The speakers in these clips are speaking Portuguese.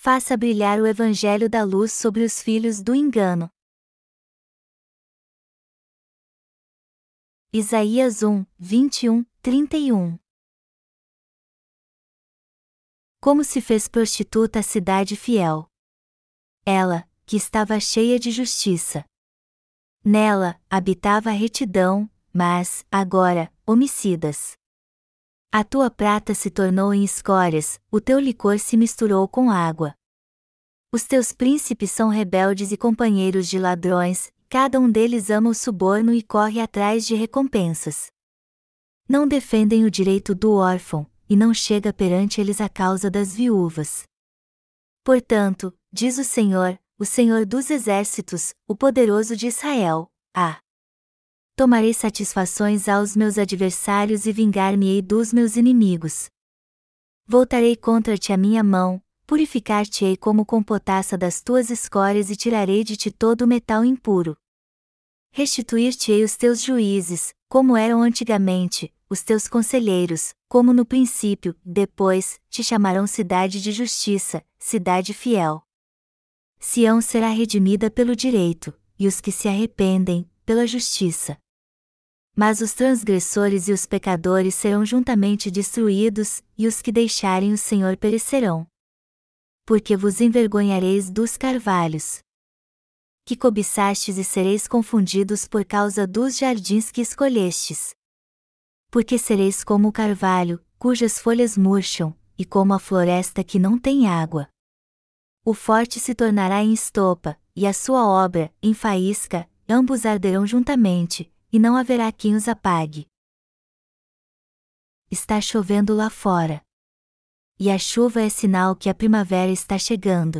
Faça brilhar o evangelho da luz sobre os filhos do engano. Isaías 21, 31. Como se fez prostituta a cidade fiel. Ela, que estava cheia de justiça. Nela, habitava a retidão, mas, agora, homicidas. A tua prata se tornou em escórias, o teu licor se misturou com água. Os teus príncipes são rebeldes e companheiros de ladrões, cada um deles ama o suborno e corre atrás de recompensas. Não defendem o direito do órfão, e não chega perante eles a causa das viúvas. Portanto, diz o Senhor dos exércitos, o poderoso de Israel: tomarei satisfações aos meus adversários e vingar-me-ei dos meus inimigos. Voltarei contra ti a minha mão, purificar-te-ei como com potassa das tuas escórias e tirarei de ti todo o metal impuro. Restituir-te-ei os teus juízes, como eram antigamente, os teus conselheiros, como no princípio, depois, te chamarão cidade de justiça, cidade fiel. Sião será redimida pelo direito, e os que se arrependem, pela justiça. Mas os transgressores e os pecadores serão juntamente destruídos, e os que deixarem o Senhor perecerão. Porque vos envergonhareis dos carvalhos que cobiçastes e sereis confundidos por causa dos jardins que escolhestes. Porque sereis como o carvalho, cujas folhas murcham, e como a floresta que não tem água. O forte se tornará em estopa, e a sua obra, em faísca, ambos arderão juntamente, e não haverá quem os apague. Está chovendo lá fora. E a chuva é sinal que a primavera está chegando.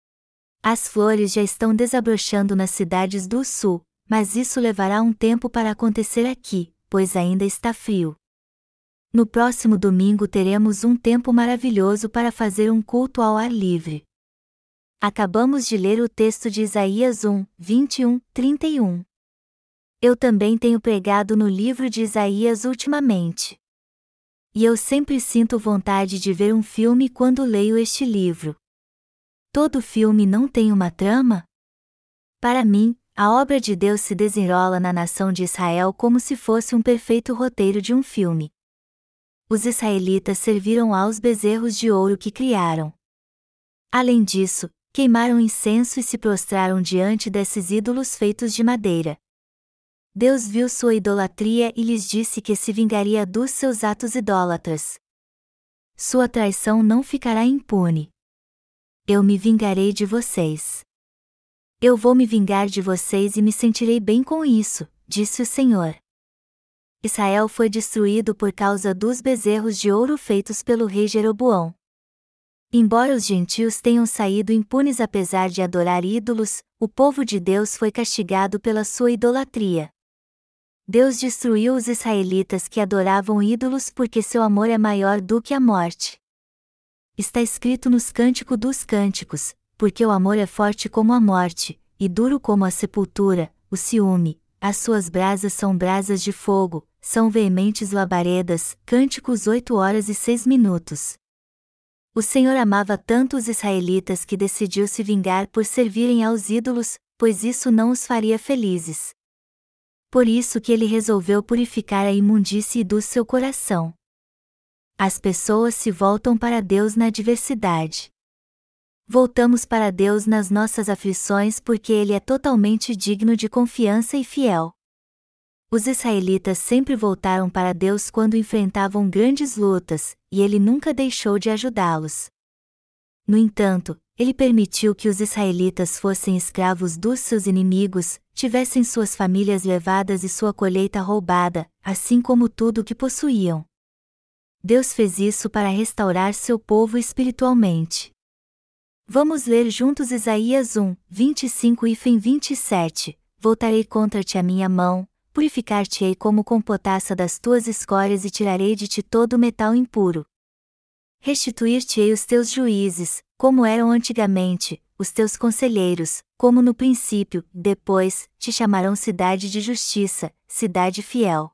As flores já estão desabrochando nas cidades do sul, mas isso levará um tempo para acontecer aqui, pois ainda está frio. No próximo domingo teremos um tempo maravilhoso para fazer um culto ao ar livre. Acabamos de ler o texto de Isaías 21, 31. Eu também tenho pregado no livro de Isaías ultimamente. E eu sempre sinto vontade de ver um filme quando leio este livro. Todo filme não tem uma trama? Para mim, a obra de Deus se desenrola na nação de Israel como se fosse um perfeito roteiro de um filme. Os israelitas serviram aos bezerros de ouro que criaram. Além disso, queimaram incenso e se prostraram diante desses ídolos feitos de madeira. Deus viu sua idolatria e lhes disse que se vingaria dos seus atos idólatras. Sua traição não ficará impune. Eu me vingarei de vocês. Eu vou me vingar de vocês e me sentirei bem com isso, disse o Senhor. Israel foi destruído por causa dos bezerros de ouro feitos pelo rei Jeroboão. Embora os gentios tenham saído impunes apesar de adorar ídolos, o povo de Deus foi castigado pela sua idolatria. Deus destruiu os israelitas que adoravam ídolos porque seu amor é maior do que a morte. Está escrito nos Cântico dos Cânticos, porque o amor é forte como a morte, e duro como a sepultura, o ciúme, as suas brasas são brasas de fogo, são veementes labaredas. Cânticos 8h06. O Senhor amava tanto os israelitas que decidiu se vingar por servirem aos ídolos, pois isso não os faria felizes. Por isso que ele resolveu purificar a imundície do seu coração. As pessoas se voltam para Deus na adversidade. Voltamos para Deus nas nossas aflições porque Ele é totalmente digno de confiança e fiel. Os israelitas sempre voltaram para Deus quando enfrentavam grandes lutas, e Ele nunca deixou de ajudá-los. No entanto, Ele permitiu que os israelitas fossem escravos dos seus inimigos, tivessem suas famílias levadas e sua colheita roubada, assim como tudo o que possuíam. Deus fez isso para restaurar seu povo espiritualmente. Vamos ler juntos Isaías 25 e 27. Voltarei contra ti a minha mão, purificar-te-ei como com potassa das tuas escórias e tirarei de ti todo o metal impuro. Restituir-te-ei os teus juízes, como eram antigamente, os teus conselheiros, como no princípio, depois, te chamarão cidade de justiça, cidade fiel.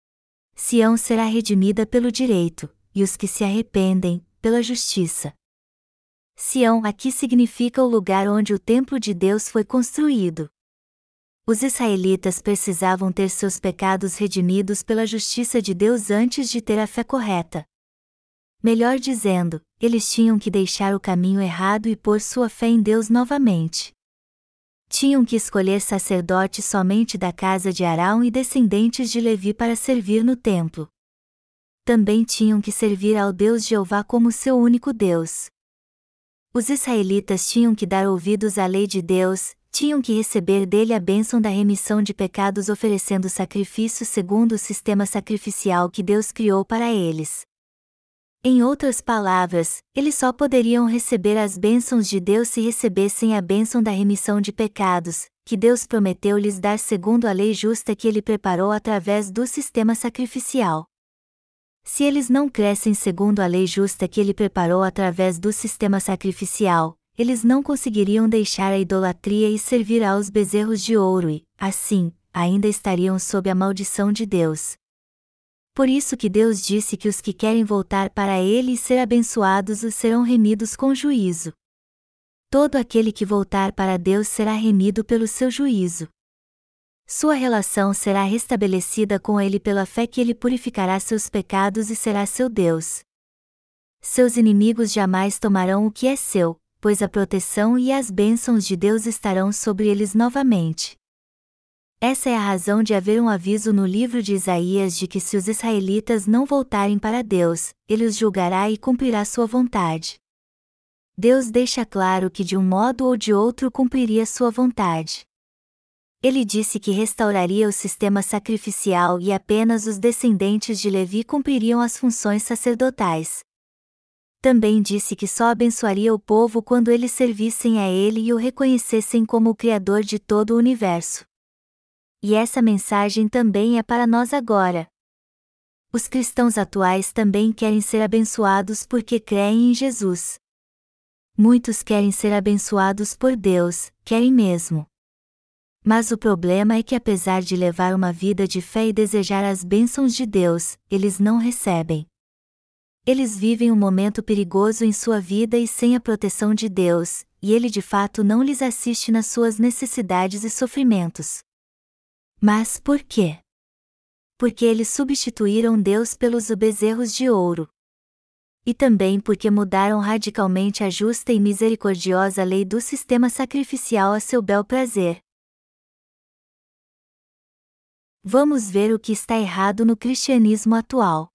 Sião será redimida pelo direito, e os que se arrependem, pela justiça. Sião aqui significa o lugar onde o templo de Deus foi construído. Os israelitas precisavam ter seus pecados redimidos pela justiça de Deus antes de ter a fé correta. Melhor dizendo, eles tinham que deixar o caminho errado e pôr sua fé em Deus novamente. Tinham que escolher sacerdotes somente da casa de Arão e descendentes de Levi para servir no templo. Também tinham que servir ao Deus Jeová como seu único Deus. Os israelitas tinham que dar ouvidos à lei de Deus, tinham que receber dele a bênção da remissão de pecados oferecendo sacrifícios segundo o sistema sacrificial que Deus criou para eles. Em outras palavras, eles só poderiam receber as bênçãos de Deus se recebessem a bênção da remissão de pecados, que Deus prometeu lhes dar segundo a lei justa que ele preparou através do sistema sacrificial. Se eles não crescem segundo a lei justa que ele preparou através do sistema sacrificial, eles não conseguiriam deixar a idolatria e servir aos bezerros de ouro e, assim, ainda estariam sob a maldição de Deus. Por isso que Deus disse que os que querem voltar para ele e ser abençoados os serão remidos com juízo. Todo aquele que voltar para Deus será remido pelo seu juízo. Sua relação será restabelecida com ele pela fé que ele purificará seus pecados e será seu Deus. Seus inimigos jamais tomarão o que é seu, pois a proteção e as bênçãos de Deus estarão sobre eles novamente. Essa é a razão de haver um aviso no livro de Isaías de que se os israelitas não voltarem para Deus, ele os julgará e cumprirá sua vontade. Deus deixa claro que de um modo ou de outro cumpriria sua vontade. Ele disse que restauraria o sistema sacrificial e apenas os descendentes de Levi cumpririam as funções sacerdotais. Também disse que só abençoaria o povo quando eles servissem a ele e o reconhecessem como o Criador de todo o universo. E essa mensagem também é para nós agora. Os cristãos atuais também querem ser abençoados porque creem em Jesus. Muitos querem ser abençoados por Deus, querem mesmo. Mas o problema é que apesar de levar uma vida de fé e desejar as bênçãos de Deus, eles não recebem. Eles vivem um momento perigoso em sua vida e sem a proteção de Deus, e Ele de fato não lhes assiste nas suas necessidades e sofrimentos. Mas por quê? Porque eles substituíram Deus pelos bezerros de ouro. E também porque mudaram radicalmente a justa e misericordiosa lei do sistema sacrificial a seu bel prazer. Vamos ver o que está errado no cristianismo atual.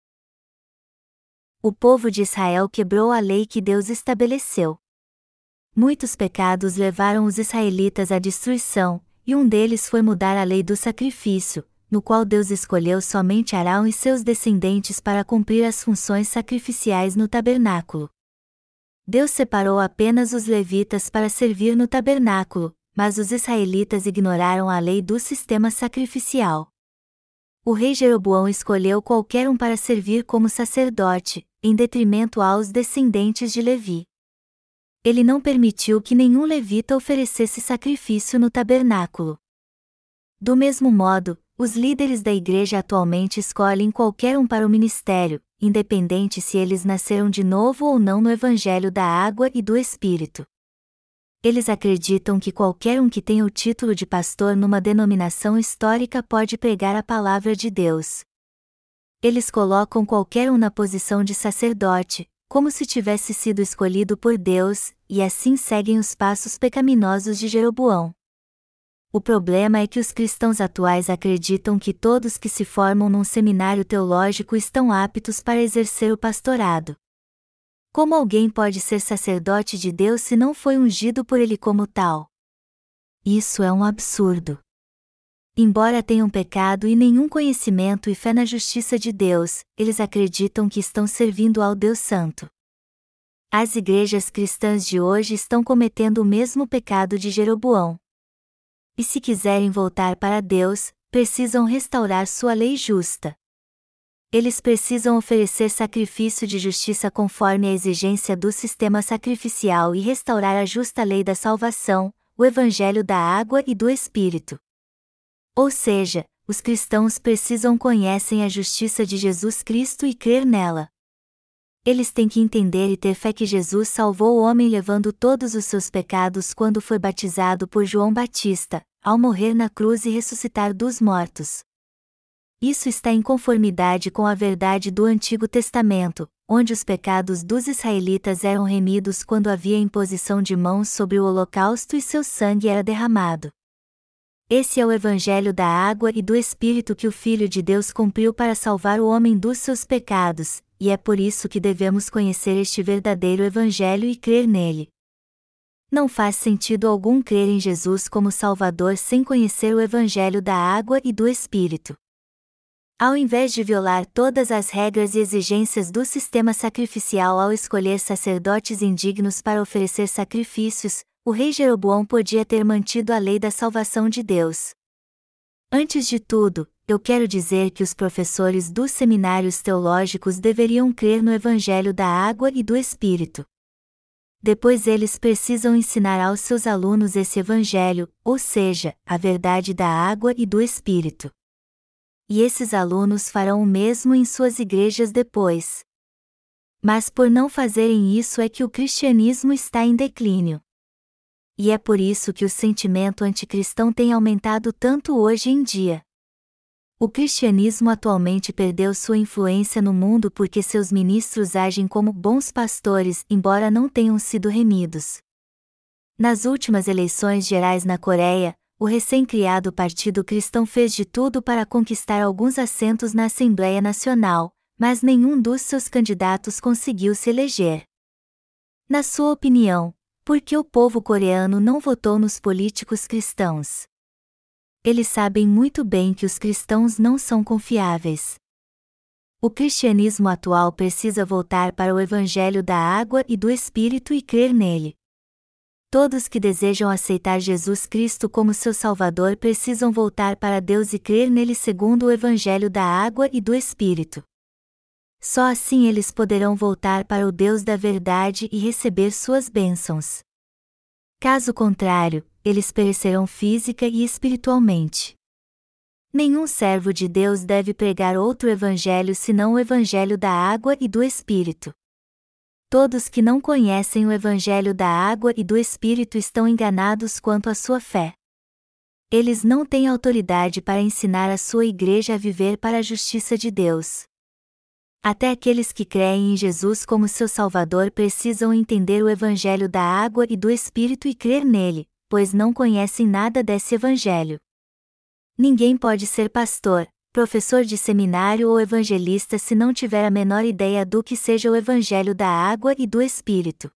O povo de Israel quebrou a lei que Deus estabeleceu. Muitos pecados levaram os israelitas à destruição, e um deles foi mudar a lei do sacrifício, no qual Deus escolheu somente Arão e seus descendentes para cumprir as funções sacrificiais no tabernáculo. Deus separou apenas os levitas para servir no tabernáculo, mas os israelitas ignoraram a lei do sistema sacrificial. O rei Jeroboão escolheu qualquer um para servir como sacerdote, em detrimento aos descendentes de Levi. Ele não permitiu que nenhum levita oferecesse sacrifício no tabernáculo. Do mesmo modo, os líderes da igreja atualmente escolhem qualquer um para o ministério, independente se eles nasceram de novo ou não no Evangelho da Água e do Espírito. Eles acreditam que qualquer um que tenha o título de pastor numa denominação histórica pode pregar a palavra de Deus. Eles colocam qualquer um na posição de sacerdote, como se tivesse sido escolhido por Deus, e assim seguem os passos pecaminosos de Jeroboão. O problema é que os cristãos atuais acreditam que todos que se formam num seminário teológico estão aptos para exercer o pastorado. Como alguém pode ser sacerdote de Deus se não foi ungido por ele como tal? Isso é um absurdo. Embora tenham pecado e nenhum conhecimento e fé na justiça de Deus, eles acreditam que estão servindo ao Deus Santo. As igrejas cristãs de hoje estão cometendo o mesmo pecado de Jeroboão. E se quiserem voltar para Deus, precisam restaurar sua lei justa. Eles precisam oferecer sacrifício de justiça conforme a exigência do sistema sacrificial e restaurar a justa lei da salvação, o Evangelho da Água e do Espírito. Ou seja, os cristãos precisam conhecer a justiça de Jesus Cristo e crer nela. Eles têm que entender e ter fé que Jesus salvou o homem levando todos os seus pecados quando foi batizado por João Batista, ao morrer na cruz e ressuscitar dos mortos. Isso está em conformidade com a verdade do Antigo Testamento, onde os pecados dos israelitas eram remidos quando havia imposição de mãos sobre o holocausto e seu sangue era derramado. Esse é o Evangelho da água e do Espírito que o Filho de Deus cumpriu para salvar o homem dos seus pecados, e é por isso que devemos conhecer este verdadeiro Evangelho e crer nele. Não faz sentido algum crer em Jesus como Salvador sem conhecer o Evangelho da água e do Espírito. Ao invés de violar todas as regras e exigências do sistema sacrificial ao escolher sacerdotes indignos para oferecer sacrifícios, o rei Jeroboão podia ter mantido a lei da salvação de Deus. Antes de tudo, eu quero dizer que os professores dos seminários teológicos deveriam crer no Evangelho da água e do Espírito. Depois eles precisam ensinar aos seus alunos esse Evangelho, ou seja, a verdade da água e do Espírito. E esses alunos farão o mesmo em suas igrejas depois. Mas por não fazerem isso é que o cristianismo está em declínio. E é por isso que o sentimento anticristão tem aumentado tanto hoje em dia. O cristianismo atualmente perdeu sua influência no mundo porque seus ministros agem como bons pastores, embora não tenham sido remidos. Nas últimas eleições gerais na Coreia, o recém-criado Partido Cristão fez de tudo para conquistar alguns assentos na Assembleia Nacional, mas nenhum dos seus candidatos conseguiu se eleger. Na sua opinião, por que o povo coreano não votou nos políticos cristãos? Eles sabem muito bem que os cristãos não são confiáveis. O cristianismo atual precisa voltar para o Evangelho da água e do Espírito e crer nele. Todos que desejam aceitar Jesus Cristo como seu Salvador precisam voltar para Deus e crer nele segundo o Evangelho da água e do Espírito. Só assim eles poderão voltar para o Deus da verdade e receber suas bênçãos. Caso contrário, eles perecerão física e espiritualmente. Nenhum servo de Deus deve pregar outro evangelho senão o Evangelho da água e do Espírito. Todos que não conhecem o Evangelho da água e do Espírito estão enganados quanto à sua fé. Eles não têm autoridade para ensinar a sua igreja a viver para a justiça de Deus. Até aqueles que creem em Jesus como seu Salvador precisam entender o Evangelho da água e do Espírito e crer nele, pois não conhecem nada desse Evangelho. Ninguém pode ser pastor, professor de seminário ou evangelista se não tiver a menor ideia do que seja o Evangelho da água e do Espírito.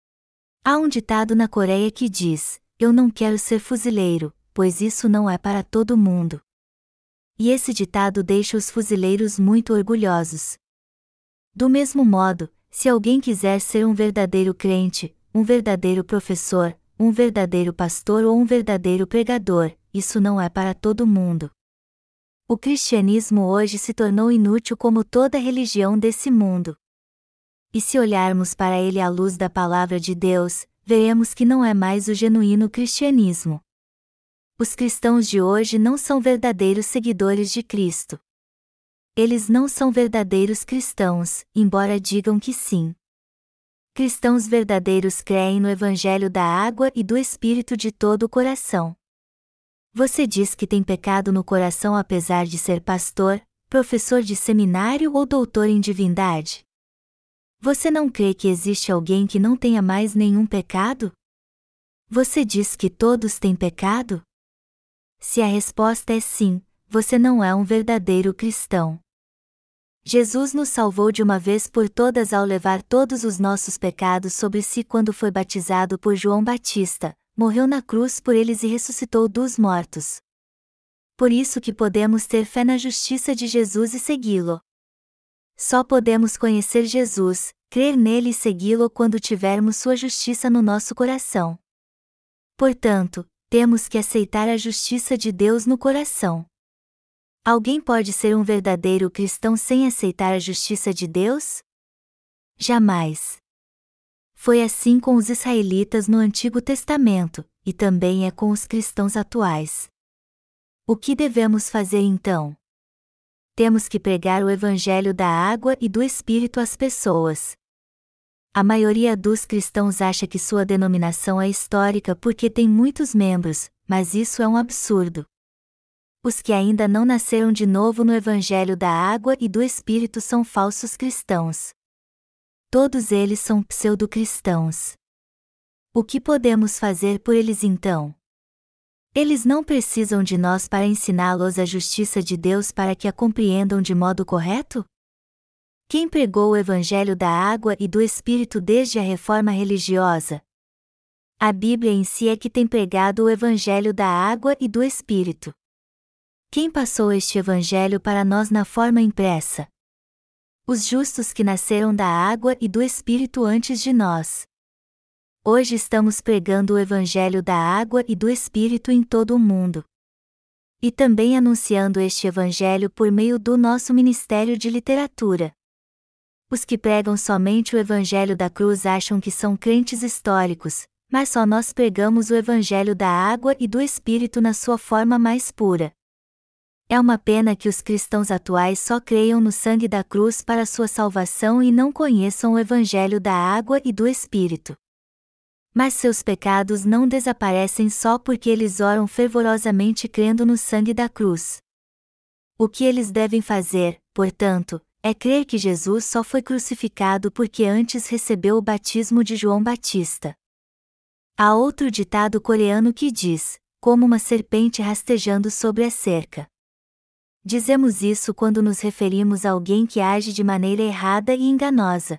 Há um ditado na Coreia que diz: "Eu não quero ser fuzileiro, pois isso não é para todo mundo." E esse ditado deixa os fuzileiros muito orgulhosos. Do mesmo modo, se alguém quiser ser um verdadeiro crente, um verdadeiro professor, um verdadeiro pastor ou um verdadeiro pregador, isso não é para todo mundo. O cristianismo hoje se tornou inútil como toda religião desse mundo. E se olharmos para ele à luz da palavra de Deus, veremos que não é mais o genuíno cristianismo. Os cristãos de hoje não são verdadeiros seguidores de Cristo. Eles não são verdadeiros cristãos, embora digam que sim. Cristãos verdadeiros creem no Evangelho da água e do Espírito de todo o coração. Você diz que tem pecado no coração apesar de ser pastor, professor de seminário ou doutor em divindade? Você não crê que existe alguém que não tenha mais nenhum pecado? Você diz que todos têm pecado? Se a resposta é sim, você não é um verdadeiro cristão. Jesus nos salvou de uma vez por todas ao levar todos os nossos pecados sobre si quando foi batizado por João Batista, morreu na cruz por eles e ressuscitou dos mortos. Por isso que podemos ter fé na justiça de Jesus e segui-lo. Só podemos conhecer Jesus, crer nele e segui-lo quando tivermos sua justiça no nosso coração. Portanto, temos que aceitar a justiça de Deus no coração. Alguém pode ser um verdadeiro cristão sem aceitar a justiça de Deus? Jamais. Foi assim com os israelitas no Antigo Testamento, e também é com os cristãos atuais. O que devemos fazer então? Temos que pregar o Evangelho da água e do Espírito às pessoas, A maioria dos cristãos acha que sua denominação é histórica porque tem muitos membros, mas isso é um absurdo. Os que ainda não nasceram de novo no Evangelho da Água e do Espírito são falsos cristãos. Todos eles são pseudo-cristãos. O que podemos fazer por eles então? Eles não precisam de nós para ensiná-los a justiça de Deus para que a compreendam de modo correto? Quem pregou o Evangelho da Água e do Espírito desde a reforma religiosa? A Bíblia em si é que tem pregado o Evangelho da Água e do Espírito. Quem passou este Evangelho para nós na forma impressa? Os justos que nasceram da água e do Espírito antes de nós. Hoje estamos pregando o Evangelho da Água e do Espírito em todo o mundo. E também anunciando este Evangelho por meio do nosso Ministério de Literatura. Os que pregam somente o Evangelho da cruz acham que são crentes históricos, mas só nós pregamos o Evangelho da Água e do Espírito na sua forma mais pura. É uma pena que os cristãos atuais só creiam no sangue da cruz para sua salvação e não conheçam o Evangelho da Água e do Espírito. Mas seus pecados não desaparecem só porque eles oram fervorosamente crendo no sangue da cruz. O que eles devem fazer, portanto, é crer que Jesus só foi crucificado porque antes recebeu o batismo de João Batista. Há outro ditado coreano que diz, como uma serpente rastejando sobre a cerca. Dizemos isso quando nos referimos a alguém que age de maneira errada e enganosa.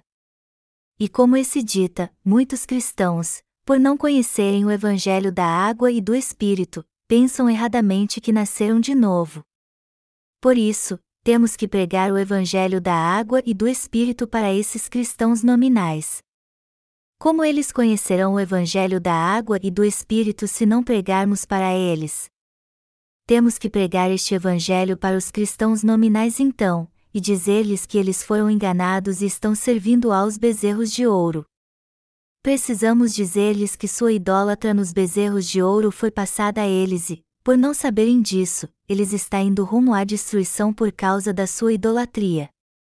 E como esse dita, muitos cristãos, por não conhecerem o Evangelho da Água e do Espírito, pensam erradamente que nasceram de novo. Por isso, temos que pregar o Evangelho da Água e do Espírito para esses cristãos nominais. Como eles conhecerão o Evangelho da Água e do Espírito se não pregarmos para eles? Temos que pregar este Evangelho para os cristãos nominais então, e dizer-lhes que eles foram enganados e estão servindo aos bezerros de ouro. Precisamos dizer-lhes que sua idólatra nos bezerros de ouro foi passada a eles e, por não saberem disso, eles estão indo rumo à destruição por causa da sua idolatria.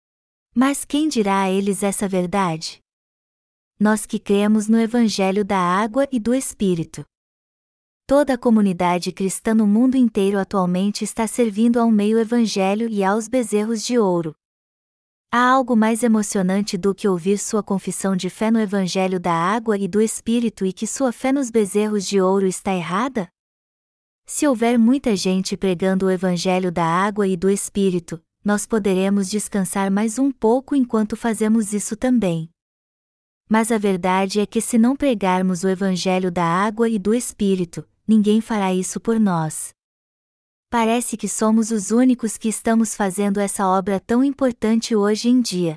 Mas quem dirá a eles essa verdade? Nós que cremos no Evangelho da Água e do Espírito. Toda a comunidade cristã no mundo inteiro atualmente está servindo ao meio evangelho e aos bezerros de ouro. Há algo mais emocionante do que ouvir sua confissão de fé no Evangelho da Água e do Espírito e que sua fé nos bezerros de ouro está errada? Se houver muita gente pregando o Evangelho da Água e do Espírito, nós poderemos descansar mais um pouco enquanto fazemos isso também. Mas a verdade é que se não pregarmos o Evangelho da Água e do Espírito, ninguém fará isso por nós. Parece que somos os únicos que estamos fazendo essa obra tão importante hoje em dia.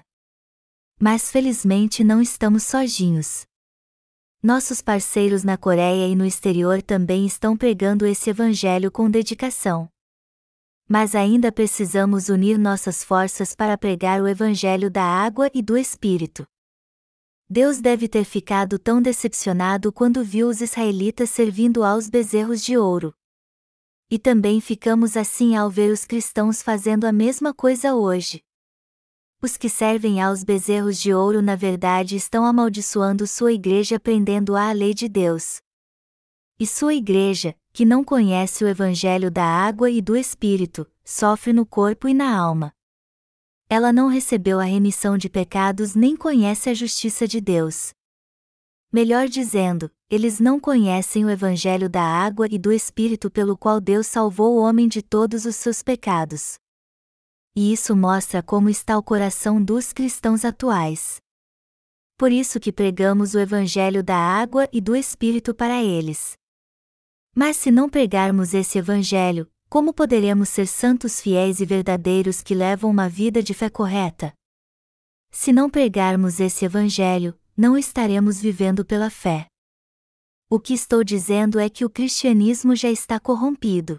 Mas felizmente não estamos sozinhos. Nossos parceiros na Coreia e no exterior também estão pregando esse Evangelho com dedicação. Mas ainda precisamos unir nossas forças para pregar o Evangelho da Água e do Espírito. Deus deve ter ficado tão decepcionado quando viu os israelitas servindo aos bezerros de ouro. E também ficamos assim ao ver os cristãos fazendo a mesma coisa hoje. Os que servem aos bezerros de ouro na verdade estão amaldiçoando sua igreja prendendo-a à lei de Deus. E sua igreja, que não conhece o Evangelho da Água e do Espírito, sofre no corpo e na alma. Ela não recebeu a remissão de pecados nem conhece a justiça de Deus. Melhor dizendo, eles não conhecem o Evangelho da Água e do Espírito pelo qual Deus salvou o homem de todos os seus pecados. E isso mostra como está o coração dos cristãos atuais. Por isso que pregamos o Evangelho da Água e do Espírito para eles. Mas se não pregarmos esse Evangelho, como poderemos ser santos fiéis e verdadeiros que levam uma vida de fé correta? Se não pregarmos esse Evangelho, não estaremos vivendo pela fé. O que estou dizendo é que o cristianismo já está corrompido.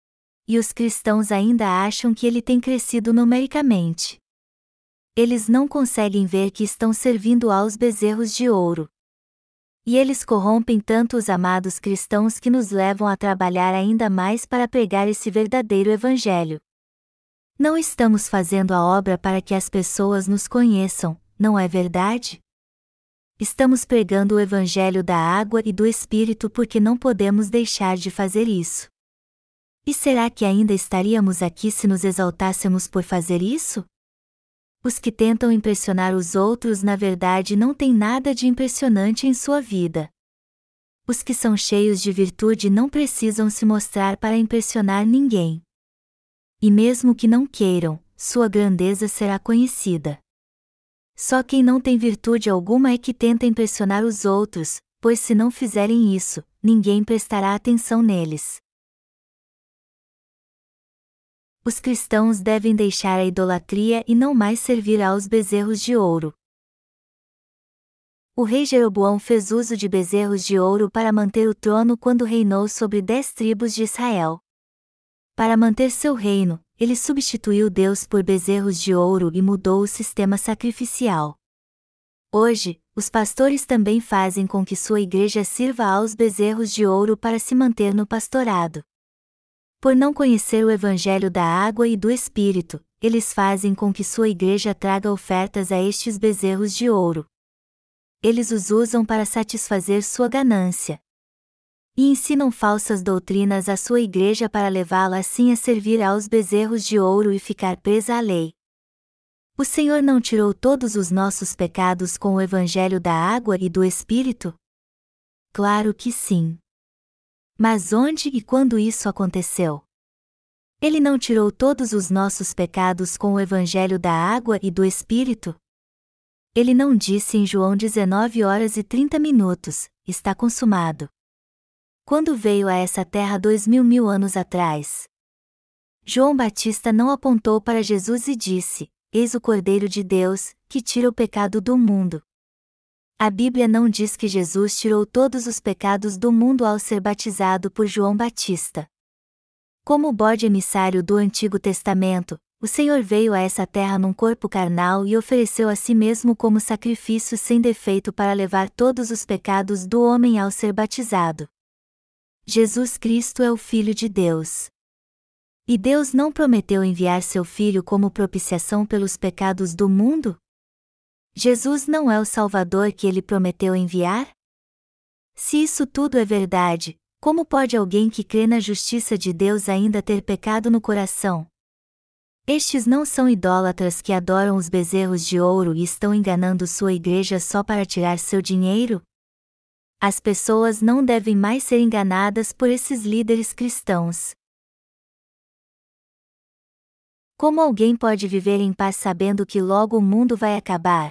E os cristãos ainda acham que ele tem crescido numericamente. Eles não conseguem ver que estão servindo aos bezerros de ouro. E eles corrompem tanto os amados cristãos que nos levam a trabalhar ainda mais para pregar esse verdadeiro Evangelho. Não estamos fazendo a obra para que as pessoas nos conheçam, não é verdade? Estamos pregando o Evangelho da água e do Espírito porque não podemos deixar de fazer isso. E será que ainda estaríamos aqui se nos exaltássemos por fazer isso? Os que tentam impressionar os outros na verdade não têm nada de impressionante em sua vida. Os que são cheios de virtude não precisam se mostrar para impressionar ninguém. E mesmo que não queiram, sua grandeza será conhecida. Só quem não tem virtude alguma é que tenta impressionar os outros, pois se não fizerem isso, ninguém prestará atenção neles. Os cristãos devem deixar a idolatria e não mais servir aos bezerros de ouro. O rei Jeroboão fez uso de bezerros de ouro para manter o trono quando reinou sobre 10 tribos de Israel. Para manter seu reino, ele substituiu Deus por bezerros de ouro e mudou o sistema sacrificial. Hoje, os pastores também fazem com que sua igreja sirva aos bezerros de ouro para se manter no pastorado. Por não conhecer o Evangelho da água e do Espírito, eles fazem com que sua igreja traga ofertas a estes bezerros de ouro. Eles os usam para satisfazer sua ganância. E ensinam falsas doutrinas à sua igreja para levá-la assim a servir aos bezerros de ouro e ficar presa à lei. O Senhor não tirou todos os nossos pecados com o Evangelho da água e do Espírito? Claro que sim. Mas onde e quando isso aconteceu? Ele não tirou todos os nossos pecados com o Evangelho da água e do Espírito? Ele não disse em João 19h30, está consumado. Quando veio a essa terra 2000 anos atrás? João Batista não apontou para Jesus e disse, eis o Cordeiro de Deus, que tira o pecado do mundo. A Bíblia não diz que Jesus tirou todos os pecados do mundo ao ser batizado por João Batista. Como o bode emissário do Antigo Testamento, o Senhor veio a essa terra num corpo carnal e ofereceu a si mesmo como sacrifício sem defeito para levar todos os pecados do homem ao ser batizado. Jesus Cristo é o Filho de Deus. E Deus não prometeu enviar seu Filho como propiciação pelos pecados do mundo? Jesus não é o Salvador que ele prometeu enviar? Se isso tudo é verdade, como pode alguém que crê na justiça de Deus ainda ter pecado no coração? Estes não são idólatras que adoram os bezerros de ouro e estão enganando sua igreja só para tirar seu dinheiro? As pessoas não devem mais ser enganadas por esses líderes cristãos. Como alguém pode viver em paz sabendo que logo o mundo vai acabar?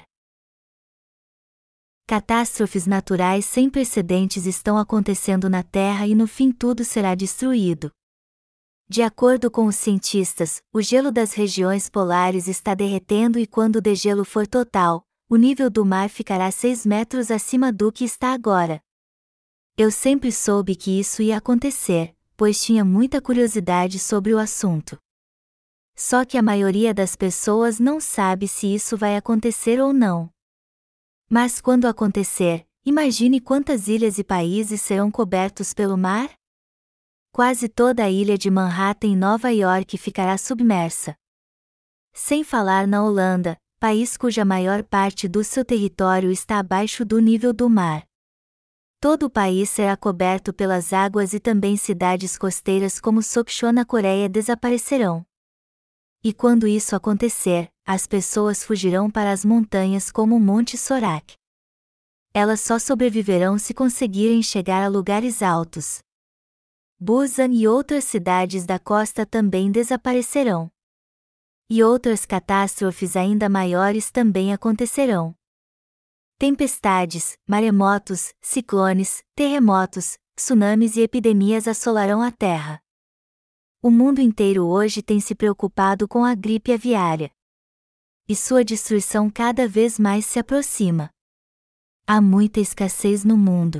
Catástrofes naturais sem precedentes estão acontecendo na Terra e no fim tudo será destruído. De acordo com os cientistas, o gelo das regiões polares está derretendo e quando o degelo for total, o nível do mar ficará 6 metros acima do que está agora. Eu sempre soube que isso ia acontecer, pois tinha muita curiosidade sobre o assunto. Só que a maioria das pessoas não sabe se isso vai acontecer ou não. Mas quando acontecer, imagine quantas ilhas e países serão cobertos pelo mar? Quase toda a ilha de Manhattan em Nova York ficará submersa. Sem falar na Holanda, país cuja maior parte do seu território está abaixo do nível do mar. Todo o país será coberto pelas águas e também cidades costeiras como Sokcho na Coreia desaparecerão. E quando isso acontecer, as pessoas fugirão para as montanhas como o Monte Sorak. Elas só sobreviverão se conseguirem chegar a lugares altos. Busan e outras cidades da costa também desaparecerão. E outras catástrofes ainda maiores também acontecerão. Tempestades, maremotos, ciclones, terremotos, tsunamis e epidemias assolarão a Terra. O mundo inteiro hoje tem se preocupado com a gripe aviária. E sua destruição cada vez mais se aproxima. Há muita escassez no mundo.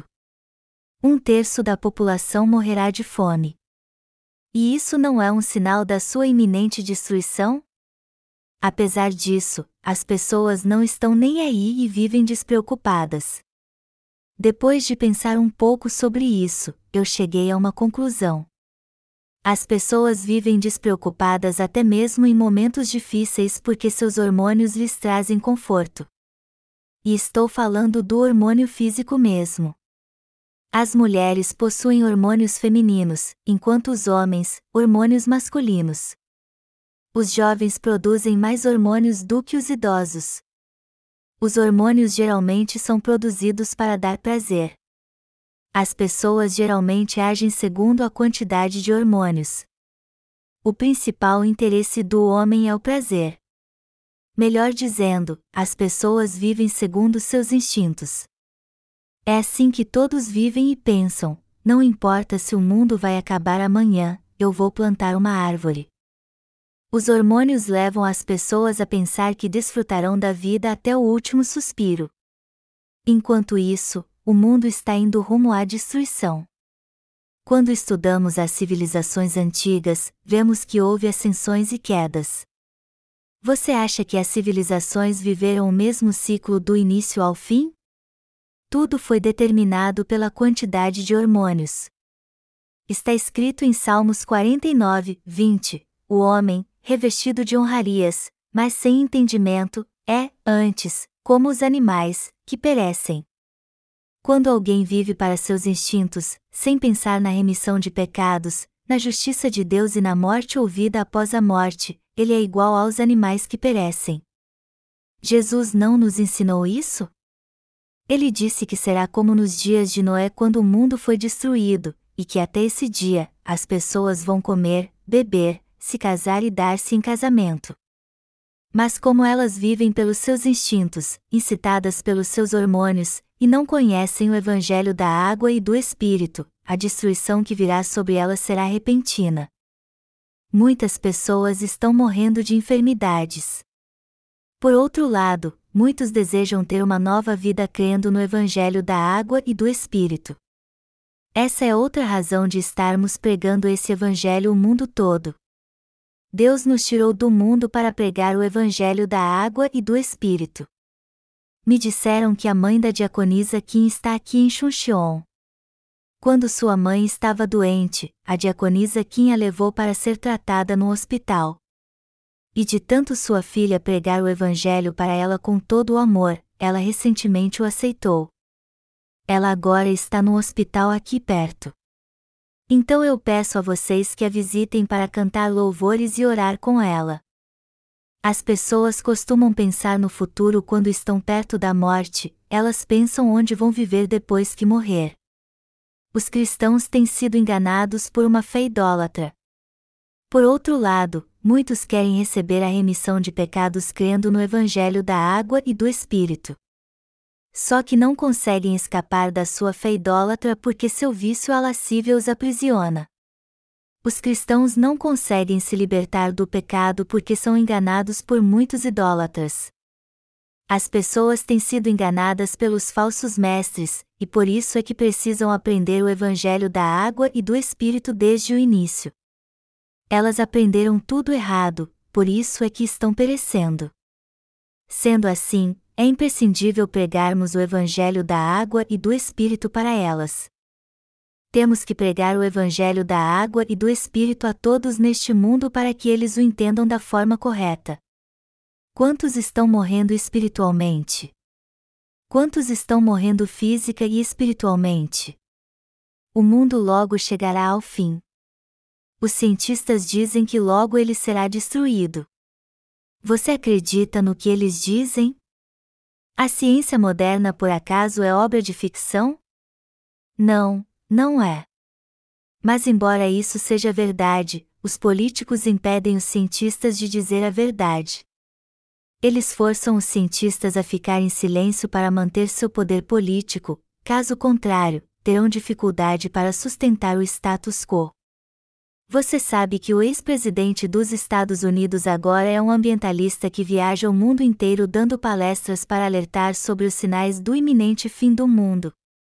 1/3 da população morrerá de fome. E isso não é um sinal da sua iminente destruição? Apesar disso, as pessoas não estão nem aí e vivem despreocupadas. Depois de pensar um pouco sobre isso, eu cheguei a uma conclusão. As pessoas vivem despreocupadas até mesmo em momentos difíceis porque seus hormônios lhes trazem conforto. E estou falando do hormônio físico mesmo. As mulheres possuem hormônios femininos, enquanto os homens, hormônios masculinos. Os jovens produzem mais hormônios do que os idosos. Os hormônios geralmente são produzidos para dar prazer. As pessoas geralmente agem segundo a quantidade de hormônios. O principal interesse do homem é o prazer. Melhor dizendo, as pessoas vivem segundo seus instintos. É assim que todos vivem e pensam: não importa se o mundo vai acabar amanhã, eu vou plantar uma árvore. Os hormônios levam as pessoas a pensar que desfrutarão da vida até o último suspiro. Enquanto isso, o mundo está indo rumo à destruição. Quando estudamos as civilizações antigas, vemos que houve ascensões e quedas. Você acha que as civilizações viveram o mesmo ciclo do início ao fim? Tudo foi determinado pela quantidade de hormônios. Está escrito em Salmos 49, 20, o homem, revestido de honrarias, mas sem entendimento, é, antes, como os animais, que perecem. Quando alguém vive para seus instintos, sem pensar na remissão de pecados, na justiça de Deus e na morte ou vida após a morte, ele é igual aos animais que perecem. Jesus não nos ensinou isso? Ele disse que será como nos dias de Noé quando o mundo foi destruído, e que até esse dia, as pessoas vão comer, beber, se casar e dar-se em casamento. Mas como elas vivem pelos seus instintos, incitadas pelos seus hormônios, e não conhecem o Evangelho da água e do Espírito, a destruição que virá sobre elas será repentina. Muitas pessoas estão morrendo de enfermidades. Por outro lado, muitos desejam ter uma nova vida crendo no Evangelho da água e do Espírito. Essa é outra razão de estarmos pregando esse Evangelho o mundo todo. Deus nos tirou do mundo para pregar o Evangelho da água e do Espírito. Me disseram que a mãe da diaconisa Kim está aqui em Chuncheon. Quando sua mãe estava doente, a diaconisa Kim a levou para ser tratada no hospital. E de tanto sua filha pregar o Evangelho para ela com todo o amor, ela recentemente o aceitou. Ela agora está no hospital aqui perto. Então eu peço a vocês que a visitem para cantar louvores e orar com ela. As pessoas costumam pensar no futuro quando estão perto da morte, elas pensam onde vão viver depois que morrer. Os cristãos têm sido enganados por uma fé idólatra. Por outro lado, muitos querem receber a remissão de pecados crendo no Evangelho da água e do Espírito. Só que não conseguem escapar da sua fé idólatra porque seu vício à lascívia os aprisiona. Os cristãos não conseguem se libertar do pecado porque são enganados por muitos idólatras. As pessoas têm sido enganadas pelos falsos mestres, e por isso é que precisam aprender o Evangelho da água e do Espírito desde o início. Elas aprenderam tudo errado, por isso é que estão perecendo. Sendo assim, é imprescindível pregarmos o Evangelho da água e do Espírito para elas. Temos que pregar o Evangelho da água e do Espírito a todos neste mundo para que eles o entendam da forma correta. Quantos estão morrendo espiritualmente? Quantos estão morrendo física e espiritualmente? O mundo logo chegará ao fim. Os cientistas dizem que logo ele será destruído. Você acredita no que eles dizem? A ciência moderna por acaso é obra de ficção? Não, não é. Mas embora isso seja verdade, os políticos impedem os cientistas de dizer a verdade. Eles forçam os cientistas a ficar em silêncio para manter seu poder político, caso contrário, terão dificuldade para sustentar o status quo. Você sabe que o ex-presidente dos Estados Unidos agora é um ambientalista que viaja o mundo inteiro dando palestras para alertar sobre os sinais do iminente fim do mundo.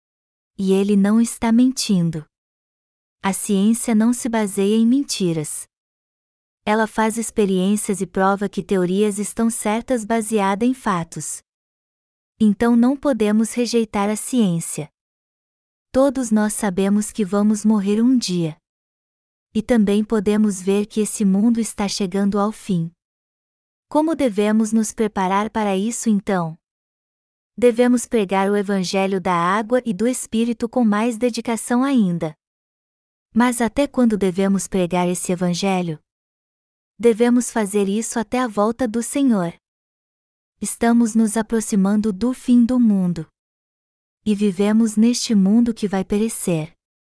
E ele não está mentindo. A ciência não se baseia em mentiras. Ela faz experiências e prova que teorias estão certas baseada em fatos. Então não podemos rejeitar a ciência. Todos nós sabemos que vamos morrer um dia. E também podemos ver que esse mundo está chegando ao fim. Como devemos nos preparar para isso então? Devemos pregar o Evangelho da água e do Espírito com mais dedicação ainda. Mas até quando devemos pregar esse Evangelho? Devemos fazer isso até a volta do Senhor. Estamos nos aproximando do fim do mundo. E vivemos neste mundo que vai perecer.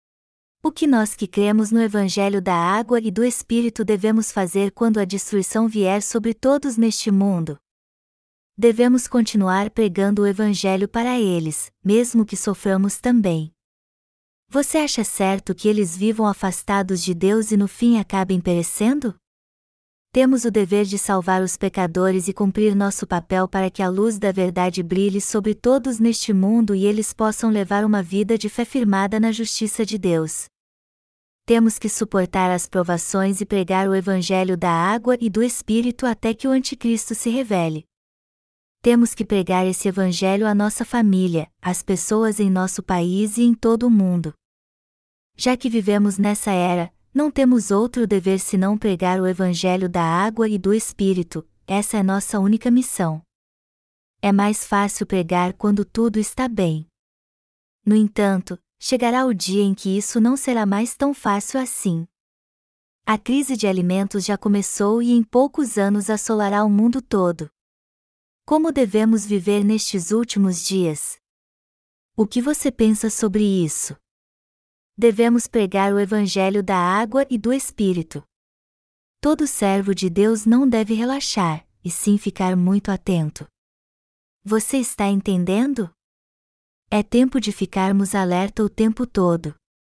O que nós que cremos no Evangelho da água e do Espírito devemos fazer quando a destruição vier sobre todos neste mundo? Devemos continuar pregando o Evangelho para eles, mesmo que soframos também. Você acha certo que eles vivam afastados de Deus e no fim acabem perecendo? Temos o dever de salvar os pecadores e cumprir nosso papel para que a luz da verdade brilhe sobre todos neste mundo e eles possam levar uma vida de fé firmada na justiça de Deus. Temos que suportar as provações e pregar o Evangelho da água e do Espírito até que o Anticristo se revele. Temos que pregar esse Evangelho à nossa família, às pessoas em nosso país e em todo o mundo. Já que vivemos nessa era, não temos outro dever senão pregar o Evangelho da água e do Espírito, essa é nossa única missão. É mais fácil pregar quando tudo está bem. No entanto, chegará o dia em que isso não será mais tão fácil assim. A crise de alimentos já começou e em poucos anos assolará o mundo todo. Como devemos viver nestes últimos dias? O que você pensa sobre isso? Devemos pregar o Evangelho da água e do Espírito. Todo servo de Deus não deve relaxar, e sim ficar muito atento. Você está entendendo? É tempo de ficarmos alerta o tempo todo.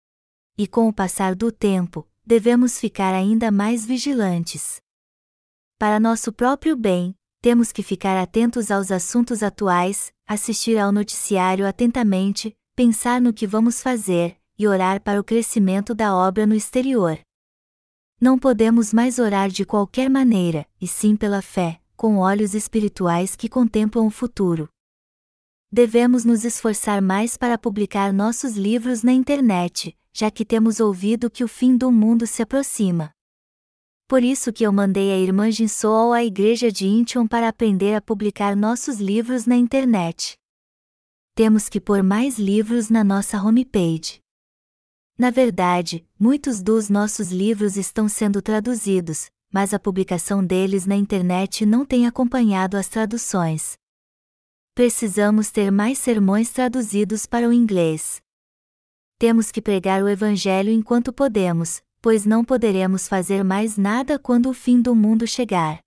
E com o passar do tempo, devemos ficar ainda mais vigilantes. Para nosso próprio bem, temos que ficar atentos aos assuntos atuais, assistir ao noticiário atentamente, pensar no que vamos fazer, e orar para o crescimento da obra no exterior. Não podemos mais orar de qualquer maneira, e sim pela fé, com olhos espirituais que contemplam o futuro. Devemos nos esforçar mais para publicar nossos livros na internet, já que temos ouvido que o fim do mundo se aproxima. Por isso que eu mandei a irmã Jinsoo à igreja de Incheon para aprender a publicar nossos livros na internet. Temos que pôr mais livros na nossa homepage. Na verdade, muitos dos nossos livros estão sendo traduzidos, mas a publicação deles na internet não tem acompanhado as traduções. Precisamos ter mais sermões traduzidos para o inglês. Temos que pregar o Evangelho enquanto podemos, pois não poderemos fazer mais nada quando o fim do mundo chegar.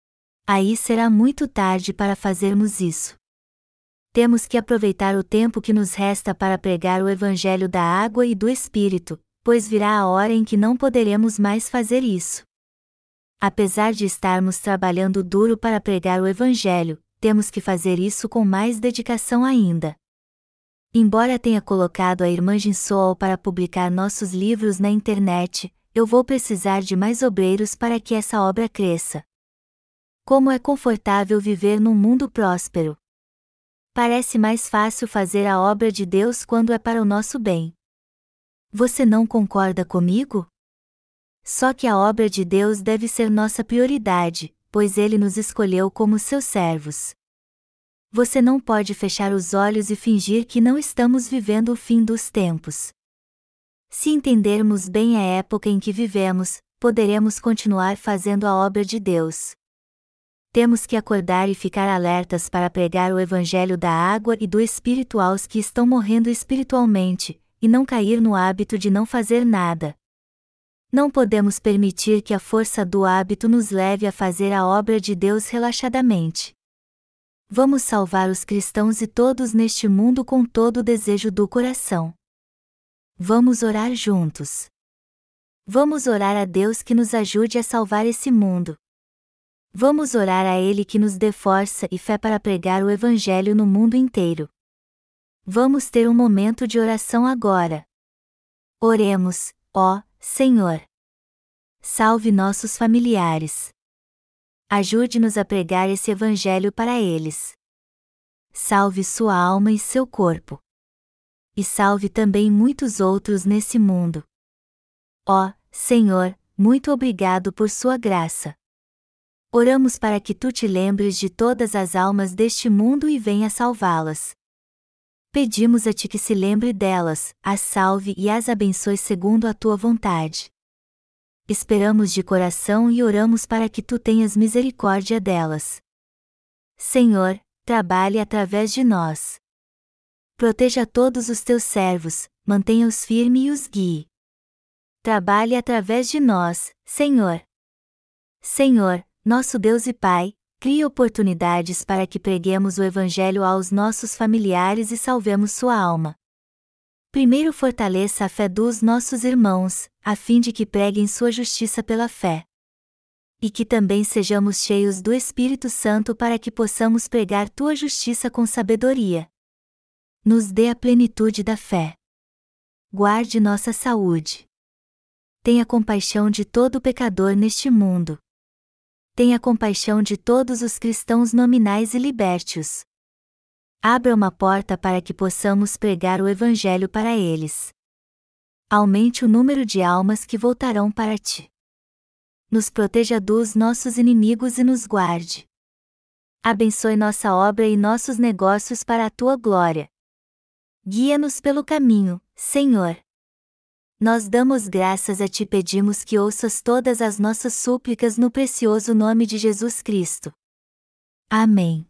Aí será muito tarde para fazermos isso. Temos que aproveitar o tempo que nos resta para pregar o Evangelho da água e do Espírito, pois virá a hora em que não poderemos mais fazer isso. Apesar de estarmos trabalhando duro para pregar o Evangelho, temos que fazer isso com mais dedicação ainda. Embora tenha colocado a irmã Jinsoo para publicar nossos livros na internet, eu vou precisar de mais obreiros para que essa obra cresça. Como é confortável viver num mundo próspero. Parece mais fácil fazer a obra de Deus quando é para o nosso bem. Você não concorda comigo? Só que a obra de Deus deve ser nossa prioridade, pois Ele nos escolheu como seus servos. Você não pode fechar os olhos e fingir que não estamos vivendo o fim dos tempos. Se entendermos bem a época em que vivemos, poderemos continuar fazendo a obra de Deus. Temos que acordar e ficar alertas para pregar o Evangelho da água e do Espírito aos que estão morrendo espiritualmente, e não cair no hábito de não fazer nada. Não podemos permitir que a força do hábito nos leve a fazer a obra de Deus relaxadamente. Vamos salvar os cristãos e todos neste mundo com todo o desejo do coração. Vamos orar juntos. Vamos orar a Deus que nos ajude a salvar esse mundo. Vamos orar a Ele que nos dê força e fé para pregar o Evangelho no mundo inteiro. Vamos ter um momento de oração agora. Oremos, ó Senhor. Salve nossos familiares. Ajude-nos a pregar esse Evangelho para eles. Salve sua alma e seu corpo. E salve também muitos outros nesse mundo. Ó Senhor, muito obrigado por sua graça. Oramos para que tu te lembres de todas as almas deste mundo e venha salvá-las. Pedimos a ti que se lembre delas, as salve e as abençoe segundo a tua vontade. Esperamos de coração e oramos para que tu tenhas misericórdia delas. Senhor, trabalhe através de nós. Proteja todos os teus servos, mantenha-os firmes e os guie. Trabalhe através de nós, Senhor. Senhor, nosso Deus e Pai, crie oportunidades para que preguemos o Evangelho aos nossos familiares e salvemos sua alma. Primeiro fortaleça a fé dos nossos irmãos, a fim de que preguem sua justiça pela fé. E que também sejamos cheios do Espírito Santo para que possamos pregar tua justiça com sabedoria. Nos dê a plenitude da fé. Guarde nossa saúde. Tenha compaixão de todo pecador neste mundo. Tenha compaixão de todos os cristãos nominais e libértios. Abra uma porta para que possamos pregar o Evangelho para eles. Aumente o número de almas que voltarão para ti. Nos proteja dos nossos inimigos e nos guarde. Abençoe nossa obra e nossos negócios para a tua glória. Guia-nos pelo caminho, Senhor. Nós damos graças a ti e pedimos que ouças todas as nossas súplicas no precioso nome de Jesus Cristo. Amém.